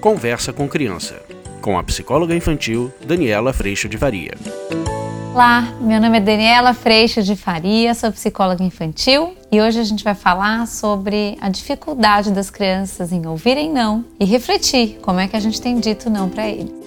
Conversa com Criança, com a psicóloga infantil Daniela Freixo de Faria. Olá, meu nome é Daniela Freixo de Faria, sou psicóloga infantil e hoje a gente vai falar sobre a dificuldade das crianças em ouvirem não e refletir como é que a gente tem dito não para eles.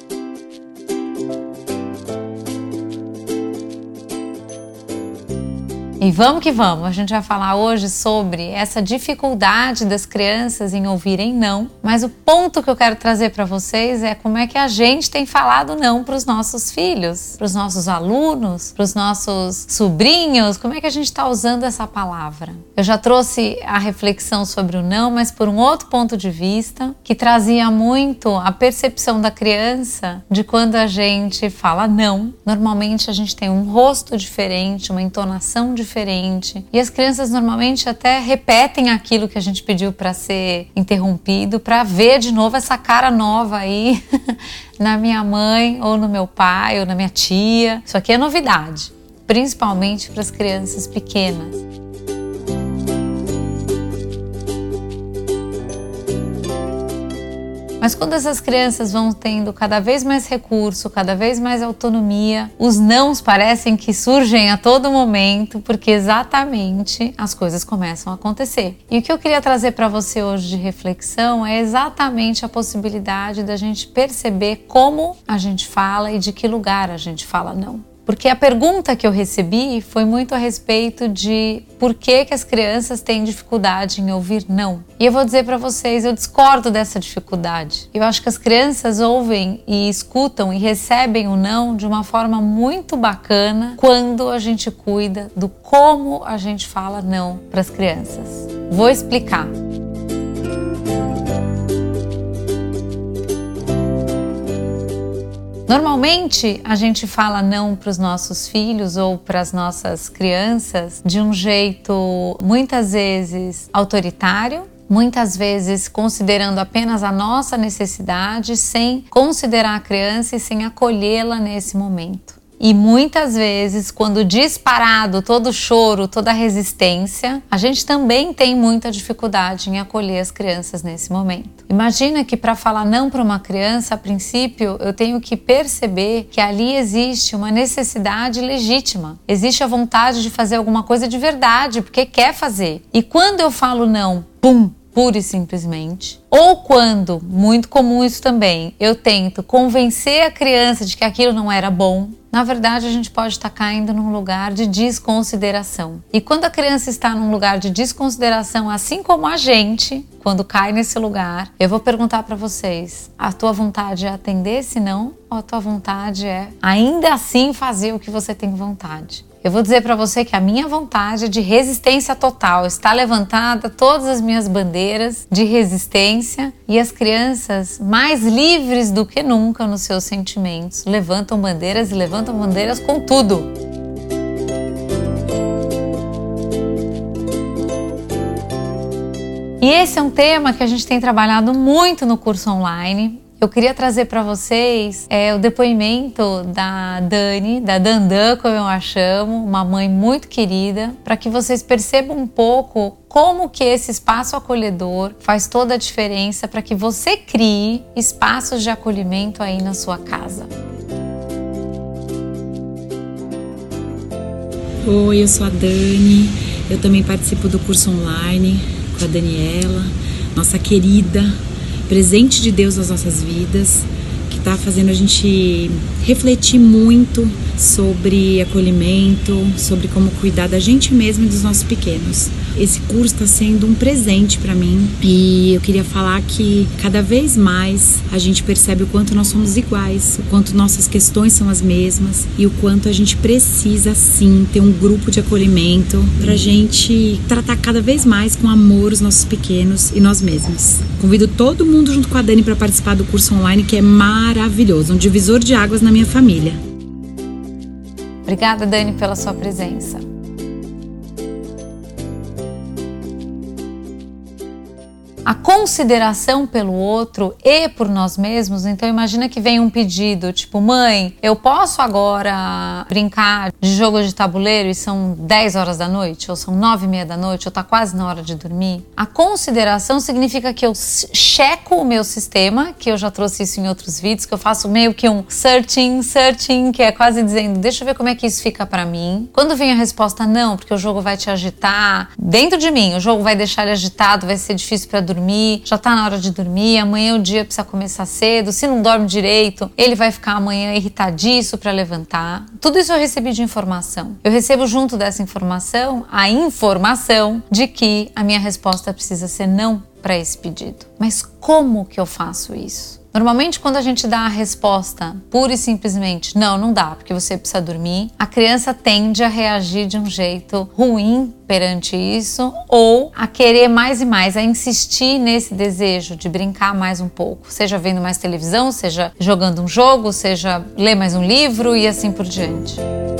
E vamos que vamos, a gente vai falar hoje sobre essa dificuldade das crianças em ouvirem não, mas o ponto que eu quero trazer para vocês é como é que a gente tem falado não para os nossos filhos, para os nossos alunos, para os nossos sobrinhos, como é que a gente está usando essa palavra. Eu já trouxe a reflexão sobre o não, mas por um outro ponto de vista, que trazia muito a percepção da criança de quando a gente fala não. Normalmente a gente tem um rosto diferente, uma entonação diferente, e as crianças normalmente até repetem aquilo que a gente pediu para ser interrompido, para ver de novo essa cara nova aí na minha mãe, ou no meu pai, ou na minha tia. Isso aqui é novidade, principalmente para as crianças pequenas. Mas quando essas crianças vão tendo cada vez mais recurso, cada vez mais autonomia, os nãos parecem que surgem a todo momento, porque exatamente as coisas começam a acontecer. E o que eu queria trazer para você hoje de reflexão é exatamente a possibilidade da gente perceber como a gente fala e de que lugar a gente fala não. Porque a pergunta que eu recebi foi muito a respeito de por que as crianças têm dificuldade em ouvir não. E eu vou dizer para vocês, eu discordo dessa dificuldade. Eu acho que as crianças ouvem e escutam e recebem o não de uma forma muito bacana quando a gente cuida do como a gente fala não para as crianças. Vou explicar. Normalmente a gente fala não para os nossos filhos ou para as nossas crianças de um jeito muitas vezes autoritário, muitas vezes considerando apenas a nossa necessidade, sem considerar a criança e sem acolhê-la nesse momento. E muitas vezes, quando disparado todo o choro, toda a resistência, a gente também tem muita dificuldade em acolher as crianças nesse momento. Imagina que para falar não para uma criança, a princípio, eu tenho que perceber que ali existe uma necessidade legítima. Existe a vontade de fazer alguma coisa de verdade, porque quer fazer. E quando eu falo não, pum, pura e simplesmente, ou quando, muito comum isso também, eu tento convencer a criança de que aquilo não era bom, na verdade a gente pode estar caindo num lugar de desconsideração. E quando a criança está num lugar de desconsideração, assim como a gente, quando cai nesse lugar, eu vou perguntar para vocês, a tua vontade é atender esse não? Ou a tua vontade é ainda assim fazer o que você tem vontade? Eu vou dizer para você que a minha vontade é de resistência total. Está levantada todas as minhas bandeiras de resistência e as crianças, mais livres do que nunca nos seus sentimentos, levantam bandeiras e levantam bandeiras com tudo. E esse é um tema que a gente tem trabalhado muito no curso online. Eu queria trazer para vocês o depoimento da Dani, da Dandan, como eu a chamo, uma mãe muito querida, para que vocês percebam um pouco como que esse espaço acolhedor faz toda a diferença para que você crie espaços de acolhimento aí na sua casa. Oi, eu sou a Dani, eu também participo do curso online com a Daniela, nossa querida presente de Deus nas nossas vidas, que está fazendo a gente refletir muito sobre acolhimento, sobre como cuidar da gente mesmo e dos nossos pequenos. Esse curso está sendo um presente para mim e eu queria falar que cada vez mais a gente percebe o quanto nós somos iguais, o quanto nossas questões são as mesmas e o quanto a gente precisa sim ter um grupo de acolhimento para a gente tratar cada vez mais com amor os nossos pequenos e nós mesmos. Convido todo mundo junto com a Dani para participar do curso online, que é maravilhoso, um divisor de águas na minha família. Obrigada, Dani, pela sua presença. a consideração pelo outro e por nós mesmos. Então imagina que vem um pedido, tipo, mãe, eu posso agora brincar de jogo de tabuleiro e são 10 horas da noite, ou são 9:30 da noite, ou tá quase na hora de dormir? A consideração significa que eu checo o meu sistema, que eu já trouxe isso em outros vídeos, que eu faço meio que um searching, que é quase dizendo, deixa eu ver como é que isso fica pra mim. Quando vem a resposta não, porque o jogo vai te agitar, dentro de mim, o jogo vai deixar ele agitado, vai ser difícil pra dormir, já tá na hora de dormir, amanhã o dia precisa começar cedo, se não dorme direito, ele vai ficar amanhã irritadiço pra levantar. Tudo isso eu recebi de informação. Eu recebo junto dessa informação a informação de que a minha resposta precisa ser não para esse pedido. Mas como que eu faço isso? Normalmente, quando a gente dá a resposta pura e simplesmente não dá, porque você precisa dormir, a criança tende a reagir de um jeito ruim perante isso, ou a querer mais e mais, a insistir nesse desejo de brincar mais um pouco, seja vendo mais televisão, seja jogando um jogo, seja ler mais um livro e assim por diante.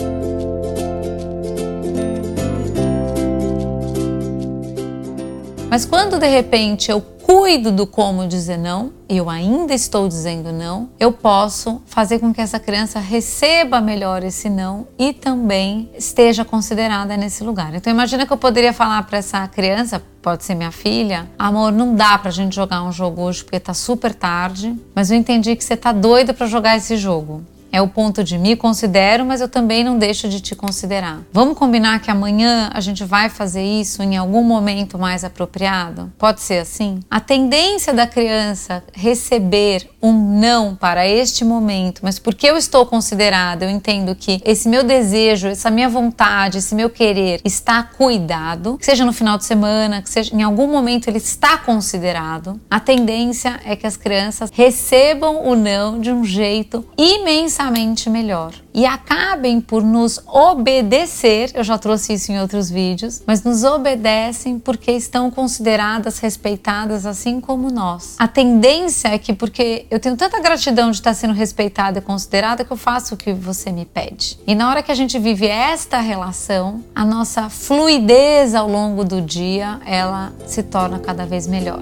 Mas quando de repente eu cuido do como dizer não, e eu ainda estou dizendo não, eu posso fazer com que essa criança receba melhor esse não e também esteja considerada nesse lugar. Então imagina que eu poderia falar para essa criança, pode ser minha filha, amor, não dá pra gente jogar um jogo hoje porque tá super tarde, mas eu entendi que você tá doida pra jogar esse jogo. É o ponto de me considero, mas eu também não deixo de te considerar. Vamos combinar que amanhã a gente vai fazer isso em algum momento mais apropriado? Pode ser assim? A tendência da criança receber um não para este momento, mas porque eu estou considerada, eu entendo que esse meu desejo, essa minha vontade, esse meu querer está cuidado, que seja no final de semana, que seja em algum momento ele está considerado, a tendência é que as crianças recebam o não de um jeito imensamente melhor e acabem por nos obedecer. Eu já trouxe isso em outros vídeos, mas nos obedecem porque estão consideradas, respeitadas assim como nós. A tendência é que, porque eu tenho tanta gratidão de estar sendo respeitada e considerada, que eu faço o que você me pede. E na hora que a gente vive esta relação, a nossa fluidez ao longo do dia, ela se torna cada vez melhor.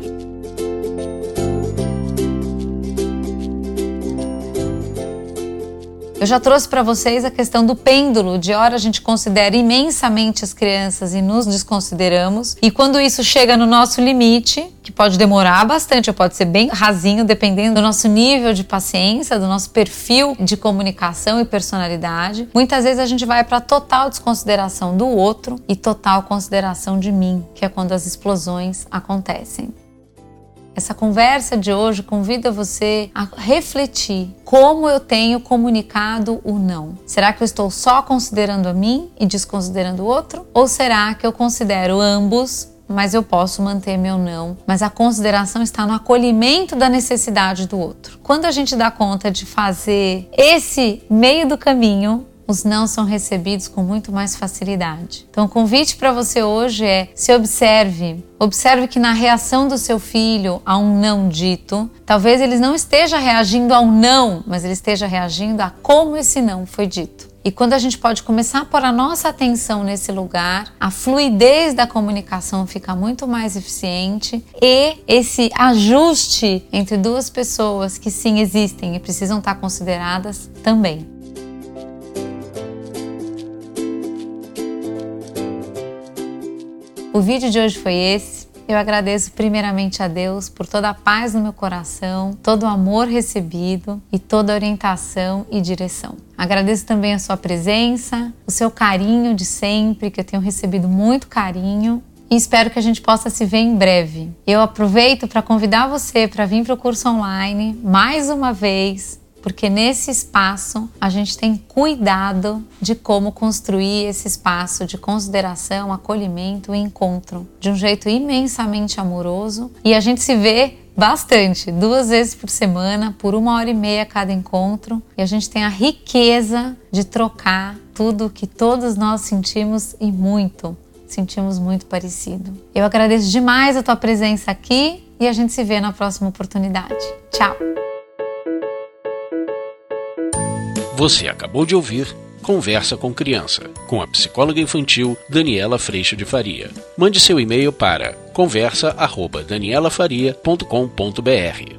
Eu já trouxe para vocês a questão do pêndulo, de hora a gente considera imensamente as crianças e nos desconsideramos, e quando isso chega no nosso limite, que pode demorar bastante, ou pode ser bem rasinho, dependendo do nosso nível de paciência, do nosso perfil de comunicação e personalidade, muitas vezes a gente vai para total desconsideração do outro e total consideração de mim, que é quando as explosões acontecem. Essa conversa de hoje convida você a refletir como eu tenho comunicado o não. Será que eu estou só considerando a mim e desconsiderando o outro? Ou será que eu considero ambos, mas eu posso manter meu não? Mas a consideração está no acolhimento da necessidade do outro. Quando a gente dá conta de fazer esse meio do caminho, os não são recebidos com muito mais facilidade. Então o convite para você hoje é: se observe. Observe que na reação do seu filho a um não dito, talvez ele não esteja reagindo ao não, mas ele esteja reagindo a como esse não foi dito. E quando a gente pode começar a pôr a nossa atenção nesse lugar, a fluidez da comunicação fica muito mais eficiente e esse ajuste entre duas pessoas que sim existem e precisam estar consideradas também. O vídeo de hoje foi esse. Eu agradeço primeiramente a Deus por toda a paz no meu coração, todo o amor recebido e toda a orientação e direção. Agradeço também a sua presença, o seu carinho de sempre, que eu tenho recebido muito carinho. E espero que a gente possa se ver em breve. Eu aproveito para convidar você para vir para o curso online mais uma vez, porque nesse espaço a gente tem cuidado de como construir esse espaço de consideração, acolhimento e encontro de um jeito imensamente amoroso. E a gente se vê bastante, 2 vezes por semana, por 1h30 cada encontro. E a gente tem a riqueza de trocar tudo que todos nós sentimos sentimos muito parecido. Eu agradeço demais a tua presença aqui e a gente se vê na próxima oportunidade. Tchau! Você acabou de ouvir Conversa com Criança, com a psicóloga infantil Daniela Freixo de Faria. Mande seu e-mail para conversa@danielafaria.com.br.